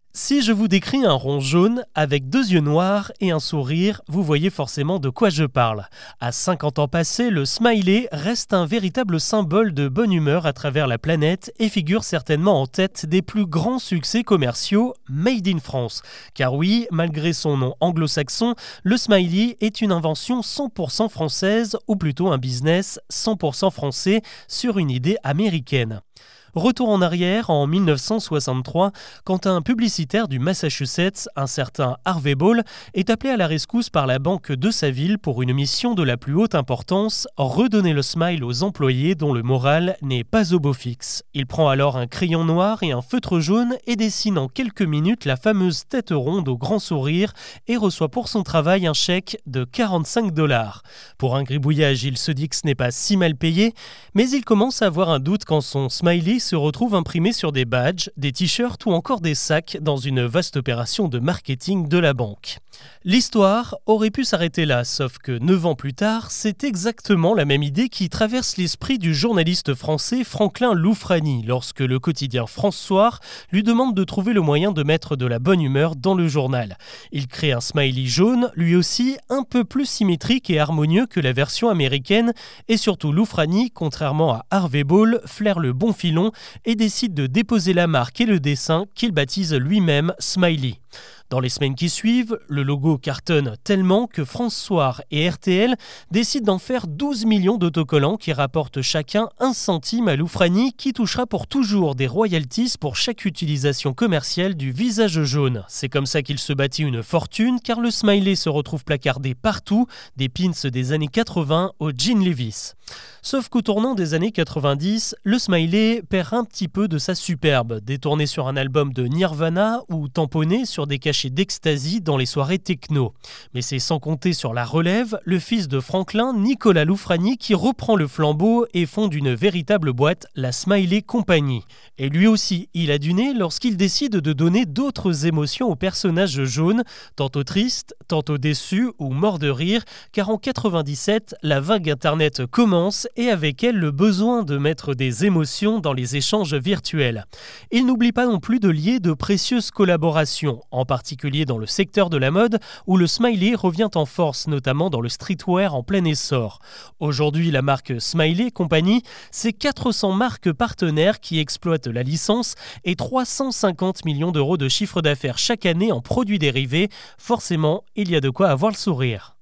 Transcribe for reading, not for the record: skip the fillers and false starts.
Si je vous décris un rond jaune avec deux yeux noirs et un sourire, vous voyez forcément de quoi je parle. À 50 ans passés, le smiley reste un véritable symbole de bonne humeur à travers la planète et figure certainement en tête des plus grands succès commerciaux made in France. Car oui, malgré son nom anglo-saxon, le smiley est une invention 100% française ou plutôt un business 100% français sur une idée américaine. Retour en arrière en 1963, quand un publicitaire du Massachusetts, un certain Harvey Ball, est appelé à la rescousse par la banque de sa ville pour une mission de la plus haute importance, redonner le smile aux employés dont le moral n'est pas au beau fixe. Il prend alors un crayon noir et un feutre jaune et dessine en quelques minutes la fameuse tête ronde au grand sourire et reçoit pour son travail un chèque de 45 $. Pour un gribouillage, il se dit que ce n'est pas si mal payé, mais il commence à avoir un doute quand son smiley se retrouve imprimé sur des badges, des t-shirts ou encore des sacs dans une vaste opération de marketing de la banque. L'histoire aurait pu s'arrêter là, sauf que 9 ans plus tard, c'est exactement la même idée qui traverse l'esprit du journaliste français Franklin Loufrani lorsque le quotidien France Soir lui demande de trouver le moyen de mettre de la bonne humeur dans le journal. Il crée un smiley jaune, lui aussi un peu plus symétrique et harmonieux que la version américaine, et surtout Loufrani, contrairement à Harvey Ball, flaire le bon filon et décide de déposer la marque et le dessin qu'il baptise lui-même Smiley. Dans les semaines qui suivent, le logo cartonne tellement que France Soir et RTL décident d'en faire 12 millions d'autocollants qui rapportent chacun 1 centime à Loufrani qui touchera pour toujours des royalties pour chaque utilisation commerciale du visage jaune. C'est comme ça qu'il se bâtit une fortune car le smiley se retrouve placardé partout, des pins des années 80 au jean Levi's. Sauf qu'au tournant des années 90, le smiley perd un petit peu de sa superbe, détourné sur un album de Nirvana ou tamponné sur des cachets d'ecstasy dans les soirées techno. Mais c'est sans compter sur la relève, le fils de Franklin, Nicolas Loufrani, qui reprend le flambeau et fonde une véritable boîte, la Smiley Company. Et lui aussi, il a du nez lorsqu'il décide de donner d'autres émotions aux personnages jaunes, tantôt tristes, tantôt déçus ou morts de rire, car en 97, la vague Internet commence et avec elle le besoin de mettre des émotions dans les échanges virtuels. Il n'oublie pas non plus de lier de précieuses collaborations, en particulier dans le secteur de la mode où le smiley revient en force, notamment dans le streetwear en plein essor. Aujourd'hui, la marque Smiley Company, c'est 400 marques partenaires qui exploitent la licence et 350 millions d'euros de chiffre d'affaires chaque année en produits dérivés. Forcément, il y a de quoi avoir le sourire.